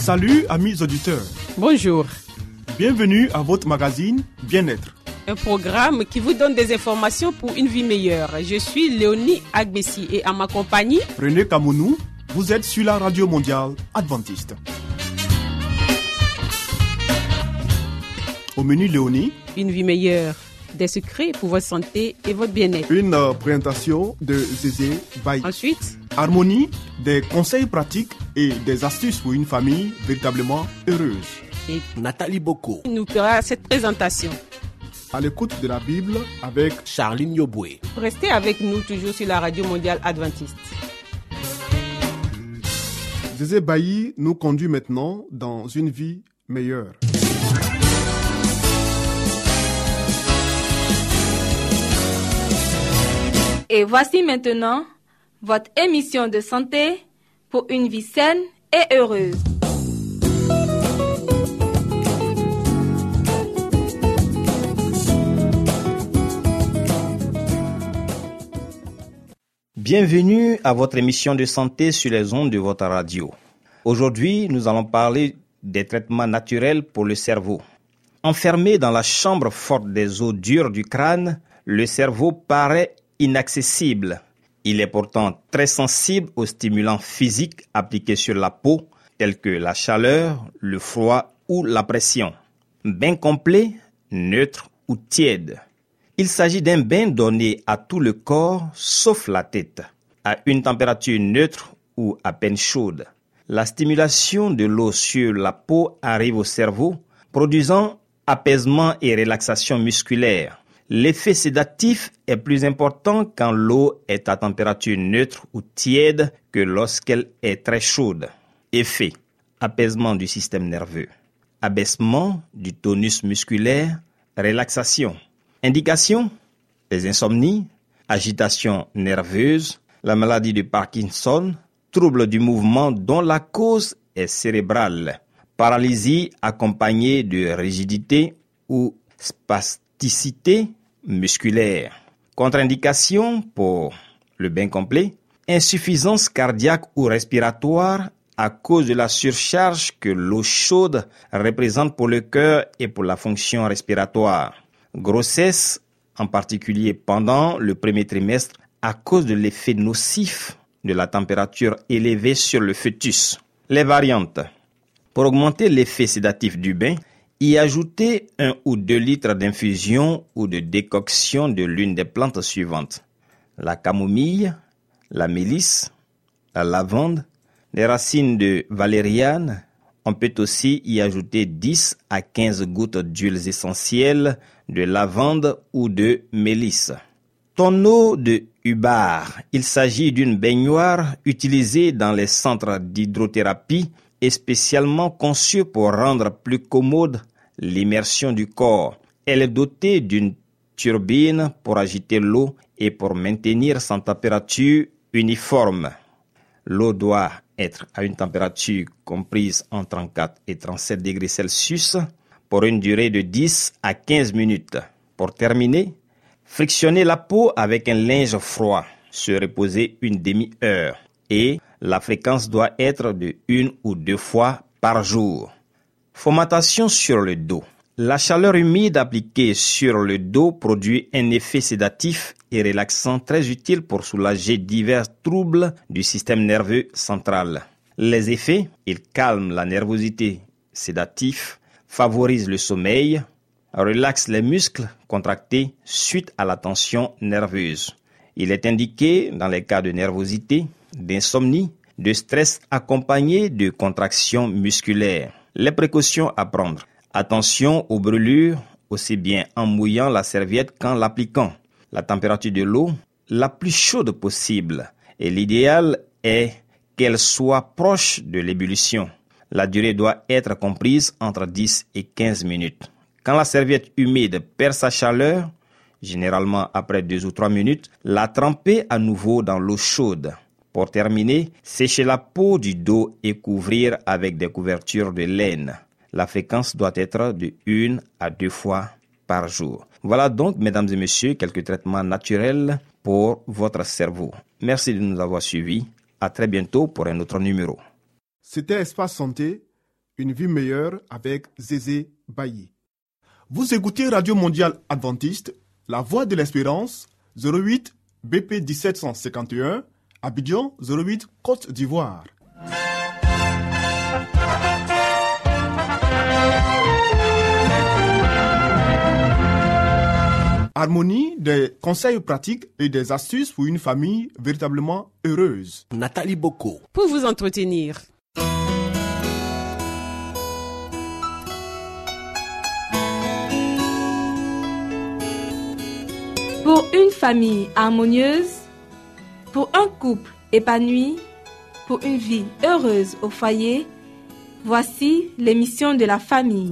Salut amis auditeurs. Bonjour. Bienvenue à votre magazine Bien-être. Un programme qui vous donne des informations pour une vie meilleure. Je suis Léonie Agbessi et à ma compagnie, René Kamounou, vous êtes sur la radio mondiale adventiste. Au menu Léonie, une vie meilleure, des secrets pour votre santé et votre bien-être. Une présentation de Zézé Baye. Ensuite, Harmonie, des conseils pratiques et des astuces pour une famille véritablement heureuse. et Nathalie Boko, nous fera cette présentation. À l'écoute de la Bible avec Charline Yoboué. Restez avec nous toujours sur la radio mondiale adventiste. Zézé Baye nous conduit maintenant dans une vie meilleure. Et voici maintenant votre émission de santé pour une vie saine et heureuse. Bienvenue à votre émission de santé sur les ondes de votre radio. Aujourd'hui, nous allons parler des traitements naturels pour le cerveau. Enfermé dans la chambre forte des os durs du crâne, le cerveau paraît inaccessible. Il est pourtant très sensible aux stimulants physiques appliqués sur la peau, tels que la chaleur, le froid ou la pression. Bain complet, neutre ou tiède. Il s'agit d'un bain donné à tout le corps, sauf la tête, à une température neutre ou à peine chaude. La stimulation de l'eau sur la peau arrive au cerveau, produisant apaisement et relaxation musculaire. L'effet sédatif est plus important quand l'eau est à température neutre ou tiède que lorsqu'elle est très chaude. Effet: apaisement du système nerveux, abaissement du tonus musculaire, relaxation. Indication: les insomnies, agitation nerveuse, la maladie de Parkinson, troubles du mouvement dont la cause est cérébrale, paralysie accompagnée de rigidité ou spasticité musculaire. Contre-indication pour le bain complet: insuffisance cardiaque ou respiratoire à cause de la surcharge que l'eau chaude représente pour le cœur et pour la fonction respiratoire. Grossesse, en particulier pendant le premier trimestre, à cause de l'effet nocif de la température élevée sur le fœtus. Les variantes: pour augmenter l'effet sédatif du bain, y ajouter 1 ou 2 litres d'infusion ou de décoction de l'une des plantes suivantes: la camomille, la mélisse, la lavande, les racines de valériane. On peut aussi y ajouter 10 à 15 gouttes d'huiles essentielles de lavande ou de mélisse. Tonneau de Hubbard. Il s'agit d'une baignoire utilisée dans les centres d'hydrothérapie et spécialement conçue pour rendre plus commode l'immersion du corps. Elle est dotée d'une turbine pour agiter l'eau et pour maintenir sa température uniforme. L'eau doit être à une température comprise entre 34 et 37 degrés Celsius pour une durée de 10 à 15 minutes. Pour terminer, frictionner la peau avec un linge froid, se reposer une demi-heure et la fréquence doit être de 1 ou 2 fois par jour. Fomentation sur le dos. La chaleur humide appliquée sur le dos produit un effet sédatif et relaxant très utile pour soulager divers troubles du système nerveux central. Les effets: il calme la nervosité, sédatif, favorise le sommeil, relaxe les muscles contractés suite à la tension nerveuse. Il est indiqué dans les cas de nervosité, d'insomnie, de stress accompagné de contractions musculaires. Les précautions à prendre: attention aux brûlures, aussi bien en mouillant la serviette qu'en l'appliquant. La température de l'eau la plus chaude possible et l'idéal est qu'elle soit proche de l'ébullition. La durée doit être comprise entre 10 et 15 minutes. Quand la serviette humide perd sa chaleur, généralement après 2 ou 3 minutes, la tremper à nouveau dans l'eau chaude. Pour terminer, sécher la peau du dos et couvrir avec des couvertures de laine. La fréquence doit être de 1 à 2 fois par jour. Voilà donc, mesdames et messieurs, quelques traitements naturels pour votre cerveau. Merci de nous avoir suivis. À très bientôt pour un autre numéro. C'était Espace Santé, Une vie meilleure avec Zézé Bailly. Vous écoutez Radio Mondiale Adventiste, La Voix de l'Espérance, 08 BP 1751, Abidjan 08, Côte d'Ivoire. Harmonie, des conseils pratiques et des astuces pour une famille véritablement heureuse. Nathalie Boko. Pour vous entretenir. Pour une famille harmonieuse, pour un couple épanoui, pour une vie heureuse au foyer, voici l'émission de la famille.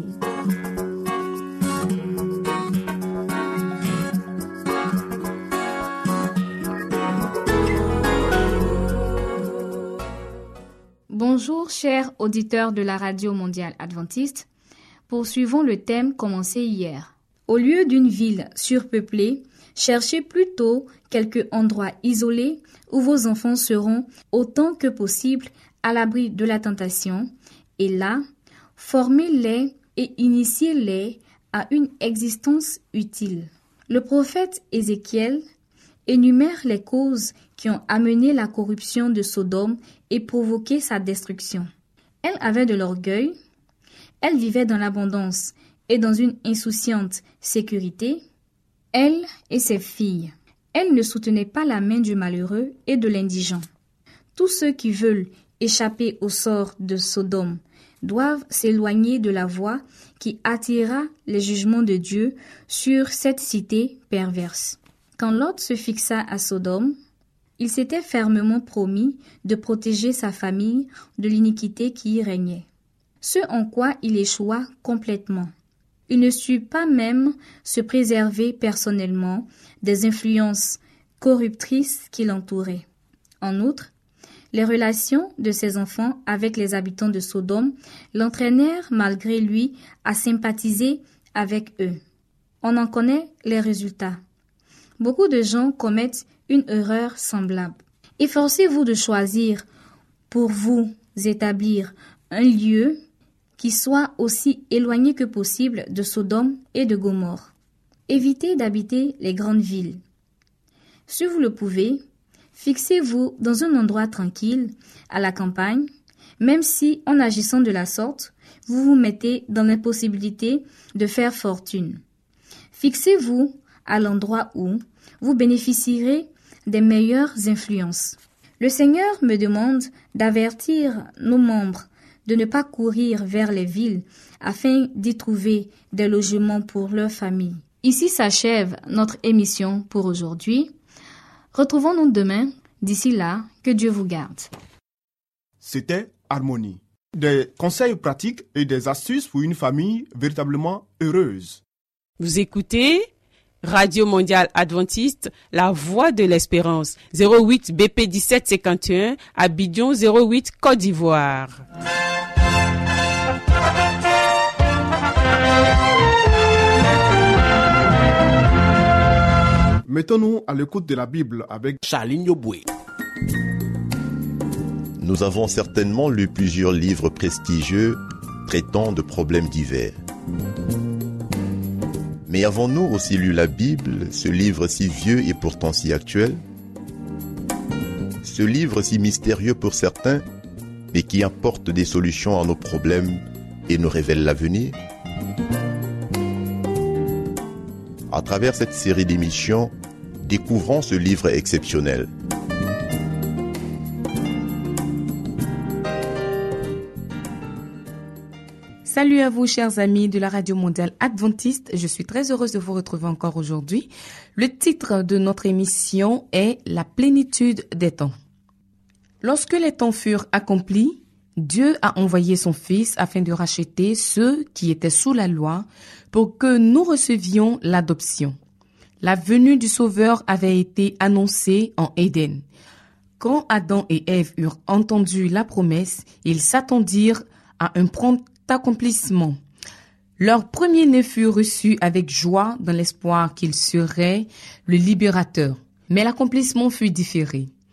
Bonjour chers auditeurs de la Radio Mondiale Adventiste. Poursuivons le thème commencé hier. Au lieu d'une ville surpeuplée, cherchez plutôt quelque endroit isolé où vos enfants seront autant que possible à l'abri de la tentation et là, formez-les et initiez-les à une existence utile. Le prophète Ézéchiel énumère les causes qui ont amené la corruption de Sodome et provoqué sa destruction. Elle avait de l'orgueil, elle vivait dans l'abondance et dans une insouciante sécurité, elle et ses filles. Elle ne soutenait pas la main du malheureux et de l'indigent. Tous ceux qui veulent échapper au sort de Sodome doivent s'éloigner de la voie qui attirera les jugements de Dieu sur cette cité perverse. Quand Lot se fixa à Sodome, il s'était fermement promis de protéger sa famille de l'iniquité qui y régnait, ce en quoi il échoua complètement. Il ne sut pas même se préserver personnellement des influences corruptrices qui l'entouraient. En outre, les relations de ses enfants avec les habitants de Sodome l'entraînèrent malgré lui à sympathiser avec eux. On en connaît les résultats. Beaucoup de gens commettent une erreur semblable. Efforcez-vous de choisir pour vous établir un lieu qui soit aussi éloigné que possible de Sodome et de Gomorrhe. Évitez d'habiter les grandes villes. Si vous le pouvez, fixez-vous dans un endroit tranquille, à la campagne, même si, en agissant de la sorte, vous vous mettez dans l'impossibilité de faire fortune. Fixez-vous à l'endroit où vous bénéficierez des meilleures influences. Le Seigneur me demande d'avertir nos membres de ne pas courir vers les villes afin d'y trouver des logements pour leur famille. Ici s'achève notre émission pour aujourd'hui. Retrouvons-nous demain. D'ici là, que Dieu vous garde. C'était Harmonie. Des conseils pratiques et des astuces pour une famille véritablement heureuse. Vous écoutez Radio Mondiale Adventiste, La Voix de l'Espérance, 08 BP 1751, Abidjan 08, Côte d'Ivoire. Mettons-nous à l'écoute de la Bible avec Charline Yoboué. Nous avons certainement lu plusieurs livres prestigieux traitant de problèmes divers. Mais avons-nous aussi lu la Bible, ce livre si vieux et pourtant si actuel? Ce livre si mystérieux pour certains, mais qui apporte des solutions à nos problèmes et nous révèle l'avenir? À travers cette série d'émissions, découvrons ce livre exceptionnel. Salut à vous, chers amis de la Radio Mondiale Adventiste. Je suis très heureuse de vous retrouver encore aujourd'hui. Le titre de notre émission est « La plénitude des temps ». Lorsque les temps furent accomplis, Dieu a envoyé son Fils afin de racheter ceux qui étaient sous la loi pour que nous recevions l'adoption. La venue du Sauveur avait été annoncée en Éden. Quand Adam et Ève eurent entendu la promesse, ils s'attendirent à un prompt accomplissement. Leur premier-né fut reçu avec joie dans l'espoir qu'il serait le libérateur. Mais l'accomplissement fut différé.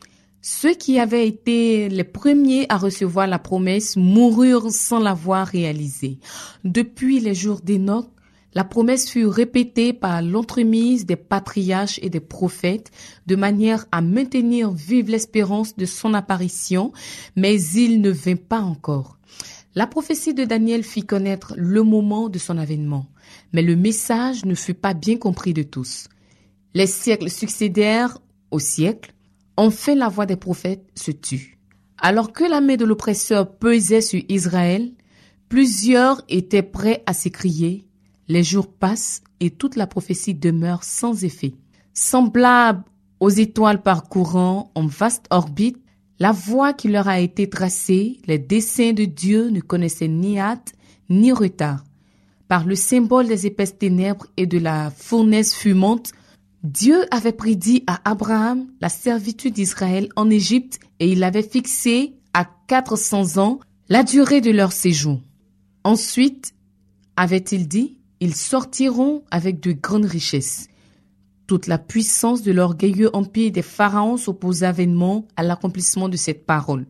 Ceux qui avaient été les premiers à recevoir la promesse moururent sans l'avoir réalisée. Depuis les jours d'Enoch, la promesse fut répétée par l'entremise des patriarches et des prophètes de manière à maintenir vive l'espérance de son apparition, mais il ne vint pas encore. La prophétie de Daniel fit connaître le moment de son avènement, mais le message ne fut pas bien compris de tous. Les siècles succédèrent aux siècles. Enfin, la voix des prophètes se tut. Alors que la main de l'oppresseur pesait sur Israël, plusieurs étaient prêts à s'écrier « Les jours passent et toute la prophétie demeure sans effet. » Semblable aux étoiles parcourant en vaste orbite, la voie qui leur a été tracée, les desseins de Dieu ne connaissaient ni hâte ni retard. Par le symbole des épaisses ténèbres et de la fournaise fumante, Dieu avait prédit à Abraham la servitude d'Israël en Égypte et il avait fixé à 400 ans la durée de leur séjour. Ensuite, avait-il dit, ils sortiront avec de grandes richesses. Toute la puissance de l'orgueilleux empire des pharaons s'opposa vainement à l'accomplissement de cette parole.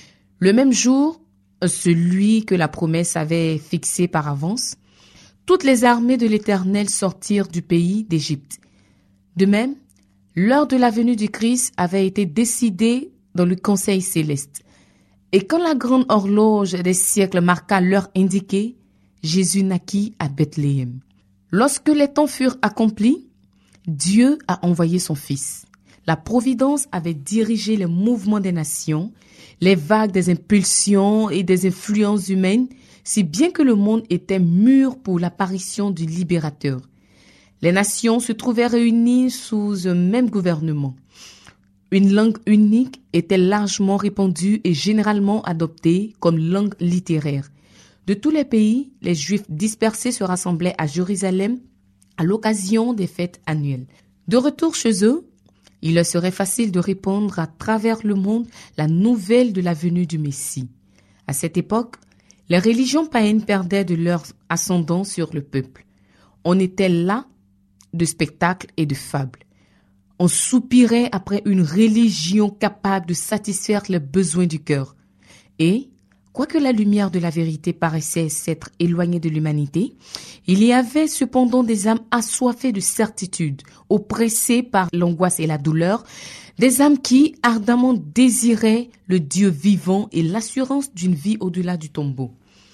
Le même jour, celui que la promesse avait fixé par avance, toutes les armées de l'Éternel sortirent du pays d'Égypte. De même, l'heure de la venue du Christ avait été décidée dans le conseil céleste. Et quand la grande horloge des siècles marqua l'heure indiquée, Jésus naquit à Bethléem. Lorsque les temps furent accomplis, Dieu a envoyé son Fils. La providence avait dirigé les mouvements des nations, les vagues des impulsions et des influences humaines, si bien que le monde était mûr pour l'apparition du libérateur. Les nations se trouvaient réunies sous un même gouvernement. Une langue unique était largement répandue et généralement adoptée comme langue littéraire. De tous les pays, les Juifs dispersés se rassemblaient à Jérusalem à l'occasion des fêtes annuelles. De retour chez eux, il leur serait facile de répandre à travers le monde la nouvelle de la venue du Messie. À cette époque, les religions païennes perdaient de leur ascendant sur le peuple. On était là de spectacles et de fables. On soupirait après une religion capable de satisfaire les besoins du cœur. Et, quoique la lumière de la vérité paraissait s'être éloignée de l'humanité, il y avait cependant des âmes assoiffées de certitude, oppressées par l'angoisse et la douleur, des âmes qui ardemment désiraient le Dieu vivant et l'assurance d'une vie au-delà du tombeau.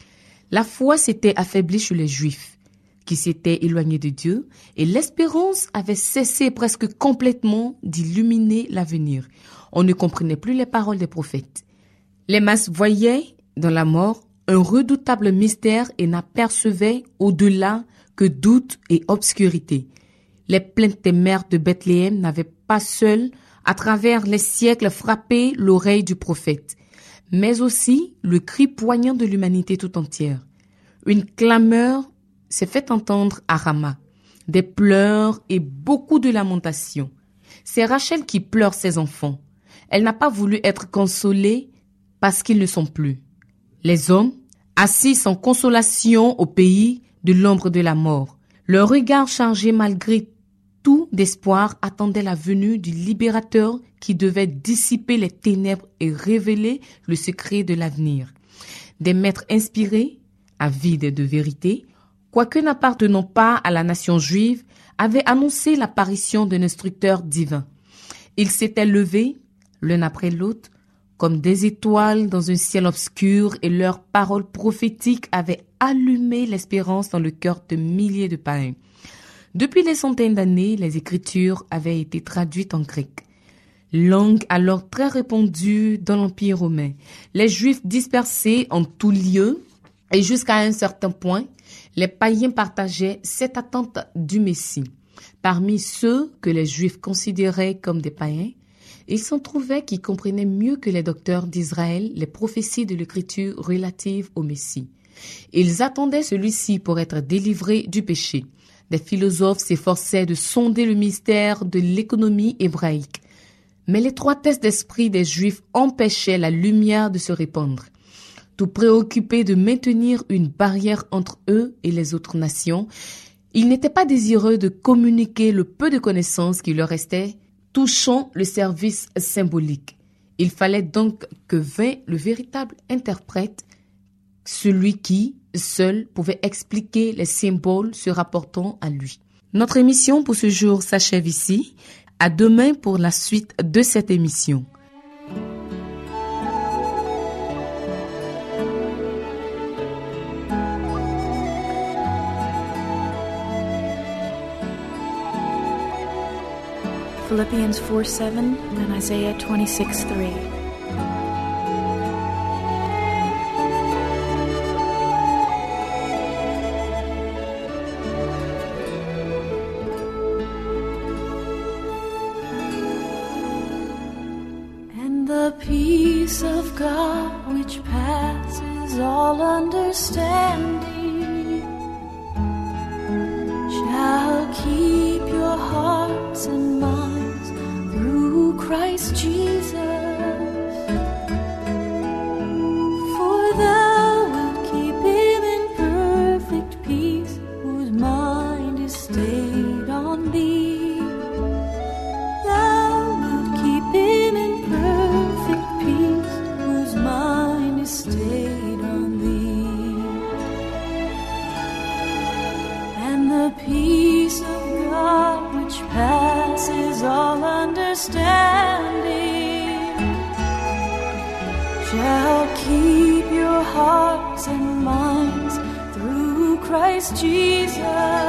La foi s'était affaiblie chez les Juifs, qui s'étaient éloignés de Dieu, et l'espérance avait cessé presque complètement d'illuminer l'avenir. On ne comprenait plus les paroles des prophètes. Les masses voyaient dans la mort un redoutable mystère et n'apercevaient au-delà que doute et obscurité. Les plaintes des mères de Bethléem n'avaient pas seules, à travers les siècles, frappé l'oreille du prophète, mais aussi le cri poignant de l'humanité tout entière. Une clameur s'est fait entendre à Rama, des pleurs et beaucoup de lamentations. C'est Rachel qui pleure ses enfants. Elle n'a pas voulu être consolée parce qu'ils ne sont plus. Les hommes, assis sans consolation au pays de l'ombre de la mort, leur regard chargé malgré tout d'espoir attendaient la venue du libérateur qui devait dissiper les ténèbres et révéler le secret de l'avenir. Des maîtres inspirés, avides de vérité, quoique n'appartenant pas à la nation juive, avaient annoncé l'apparition d'un instructeur divin. Ils s'étaient levés, l'un après l'autre, comme des étoiles dans un ciel obscur, et leurs paroles prophétiques avaient allumé l'espérance dans le cœur de milliers de païens. Depuis des centaines d'années, les Écritures avaient été traduites en grec, langue alors très répandue dans l'Empire romain. Les Juifs dispersés en tout lieu, et jusqu'à un certain point, les païens partageaient cette attente du Messie. Parmi ceux que les Juifs considéraient comme des païens, il s'en trouvait qui comprenaient mieux que les docteurs d'Israël les prophéties de l'Écriture relatives au Messie. Ils attendaient celui-ci pour être délivré du péché. Des philosophes s'efforçaient de sonder le mystère de l'économie hébraïque. Mais l'étroitesse d'esprit des Juifs empêchait la lumière de se répandre. Tout préoccupés de maintenir une barrière entre eux et les autres nations, ils n'étaient pas désireux de communiquer le peu de connaissances qui leur restait touchant le service symbolique. Il fallait donc que vînt le véritable interprète, celui qui, seul, pouvait expliquer les symboles se rapportant à lui. Notre émission pour ce jour s'achève ici. À demain pour la suite de cette émission. Philippians 4:7 and Isaiah 26:3. And the peace of God which passes all understanding shall keep your hearts and minds through Christ Jesus. For thou wilt keep him in perfect peace, whose mind is stayed on thee. Thou wilt keep him in perfect peace, whose mind is stayed on thee. And the peace of God which passes all understanding shall keep your hearts and minds through Christ Jesus.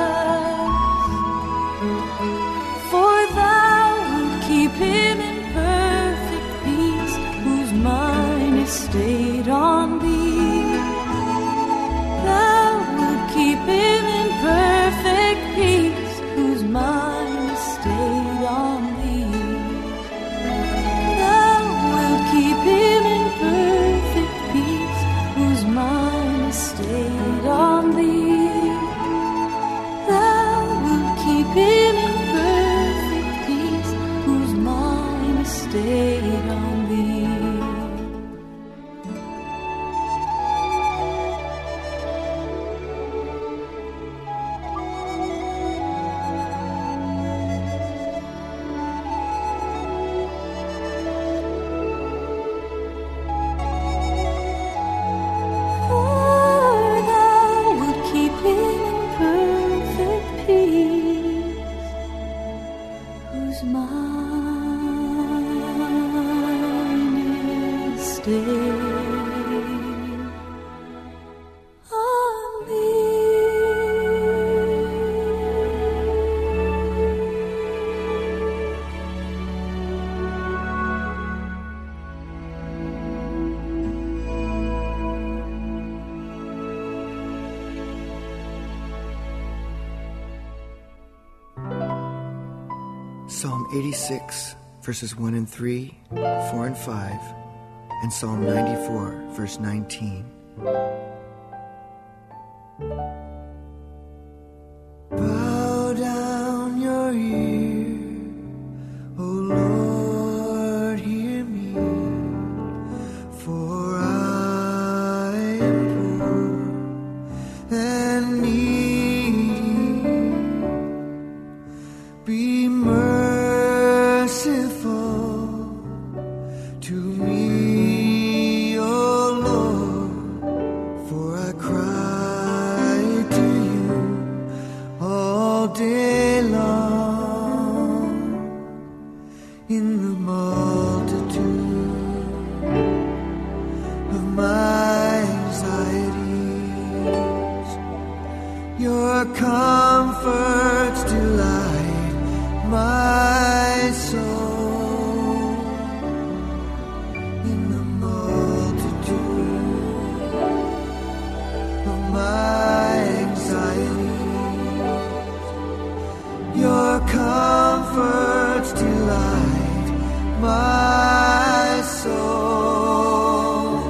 For thou wilt keep him in perfect peace, whose mind is stayed on thee. Thou wilt keep him in perfect peace, whose mind is stayed on thee. Thou wilt keep him in perfect peace, whose mind is stayed on thee. Thou wilt keep him in perfect peace, whose mind is stayed on thee. Psalm 86, verses 1 and 3, 4 and 5, and Psalm 94, verse 19. Bow down your ear, O Lord, hear me, for I am poor and needy. Be merciful to me, O Lord, for I cry to you all day long. In the multitude of my anxieties, your comforts delight my soul. In the multitude of my anxieties, your comforts delight my soul.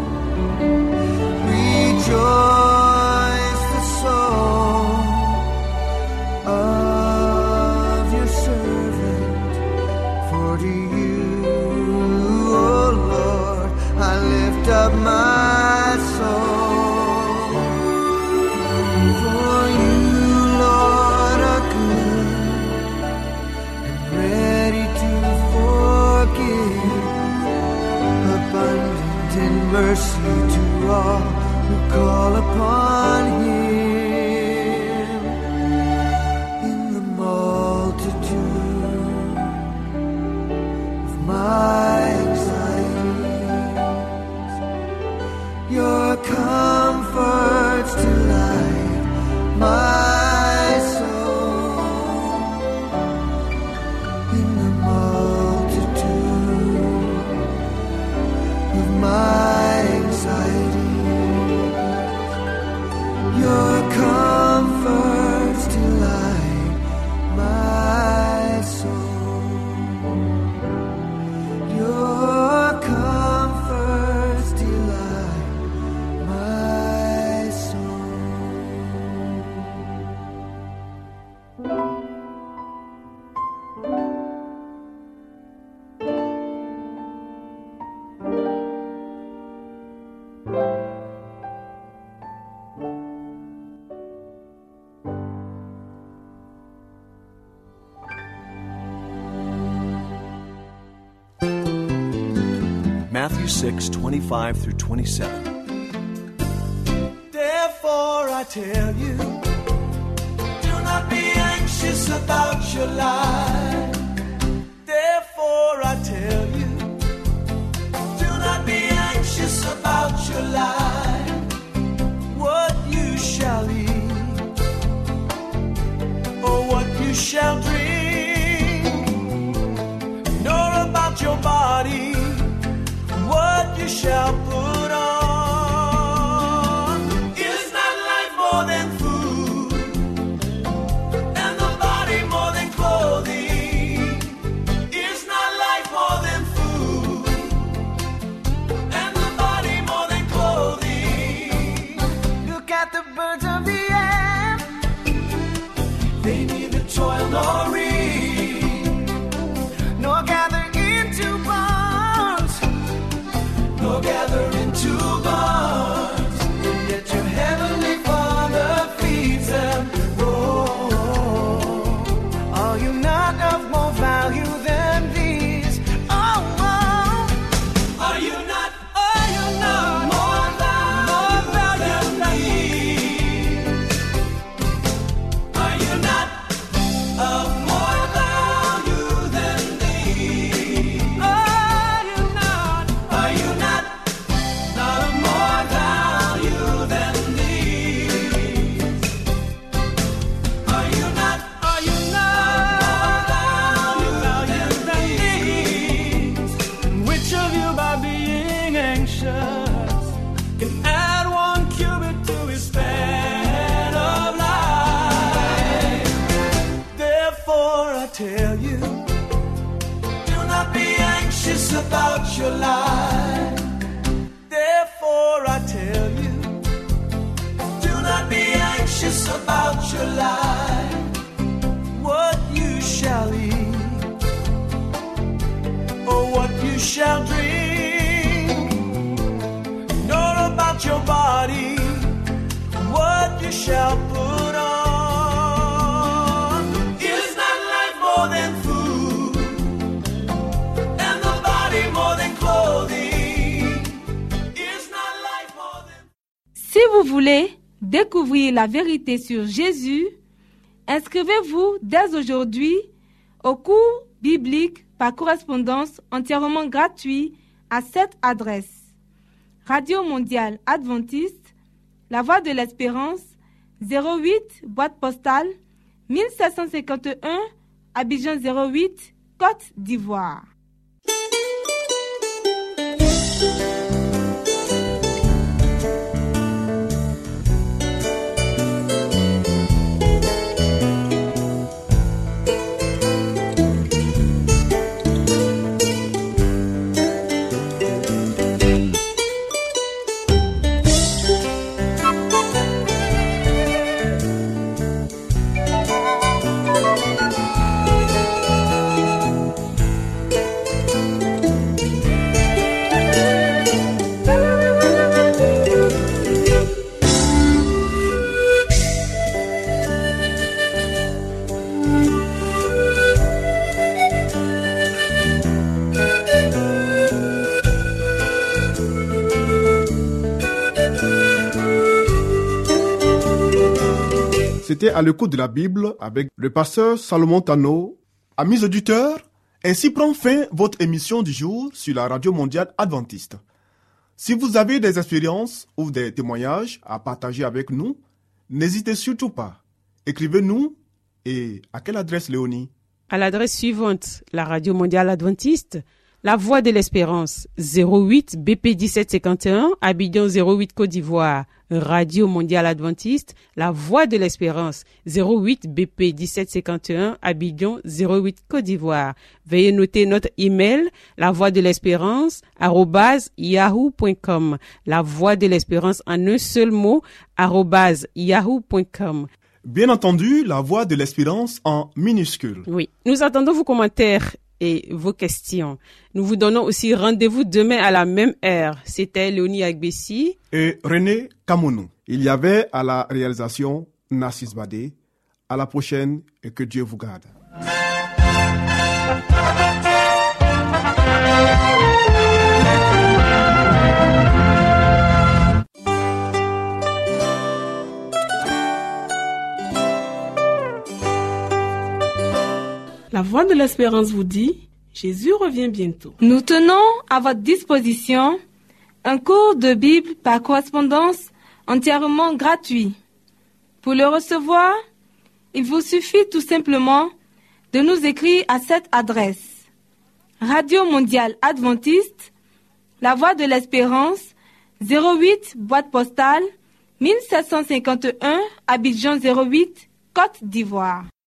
Rejoice the soul of your servant, for to you, O Lord, I lift up my soul. For you, Lord, are good and ready to forgive, mercy to all who call upon Him. In the multitude of my anxieties, Your comforts delight my soul. In the multitude of my anxieties, Your comforts delight my soul. Your comforts delight my soul. Matthew 6:25 through 27. Therefore I tell you, do not be anxious about your life. Therefore I tell you, do not be anxious about your life, what you shall eat, or what you shall drink, nor about your body, what you shall put on. Is not life more than food, and the body more than clothing? Is not life more than food, and the body more than clothing? Look at the birds of the air, they neither toil nor reap, nor gather into barns, nor gather into barns, and yet your heavenly Father feeds them. Oh, are you not of more value than these? Oh, are you not more value than these? Are you not of more value than these? Are you not of more value than these? Are you not more value than these? And which of you, by being anxious, can add 1 cubit to his span of life? Therefore I tell you, do not be anxious about your life. Therefore I tell you, do not be anxious about your life, what you shall eat, or what you shall drink, nor about your body, what you shall put on. Is not life more than food, and the body more than clothing? Is not life more than... Si vous voulez découvrir la vérité sur Jésus, inscrivez-vous dès aujourd'hui au cours biblique par correspondance entièrement gratuit à cette adresse: Radio Mondiale Adventiste, La Voix de l'Espérance, 08 boîte postale 1751, Abidjan 08, Côte d'Ivoire. étiez à l'écoute de la Bible avec le pasteur Salomon Tano. Amis auditeurs, ainsi prend fin votre émission du jour sur la Radio Mondiale Adventiste. Si vous avez des expériences ou des témoignages à partager avec nous, n'hésitez surtout pas. Écrivez-nous et à quelle adresse, Léonie? À l'adresse suivante, la Radio Mondiale Adventiste, La Voix de l'Espérance, 08 BP 1751, Abidjan 08 Côte d'Ivoire. Radio Mondiale Adventiste, La Voix de l'Espérance, 08 BP 1751, Abidjan 08 Côte d'Ivoire. Veuillez noter notre email, lavoixdelespérance@yahoo.com. La Voix de l'Espérance en un seul mot, @yahoo.com. Bien entendu, La Voix de l'Espérance en minuscule. Oui, nous attendons vos commentaires et vos questions. Nous vous donnons aussi rendez-vous demain à la même heure. C'était Léonie Agbessi et René Kamounou. Il y avait à la réalisation Narcisse Badé. À la prochaine et que Dieu vous garde. La Voix de l'Espérance vous dit, Jésus revient bientôt. Nous tenons à votre disposition un cours de Bible par correspondance entièrement gratuit. Pour le recevoir, il vous suffit tout simplement de nous écrire à cette adresse. Radio Mondiale Adventiste, La Voix de l'Espérance, 08 boîte postale 1751, Abidjan 08, Côte d'Ivoire.